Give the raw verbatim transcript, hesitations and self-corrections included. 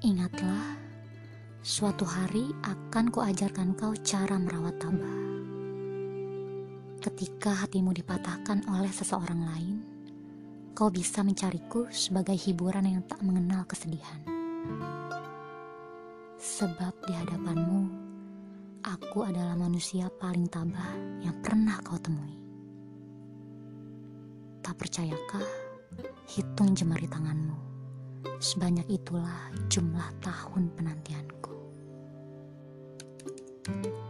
Ingatlah, suatu hari akan kuajarkan kau cara merawat tabah. Ketika hatimu dipatahkan oleh seseorang lain, kau bisa mencariku sebagai hiburan yang tak mengenal kesedihan. Sebab di hadapanmu, aku adalah manusia paling tabah yang pernah kau temui. Tak percayakah? Hitung jemari tanganmu. Sebanyak itulah jumlah tahun penantianku.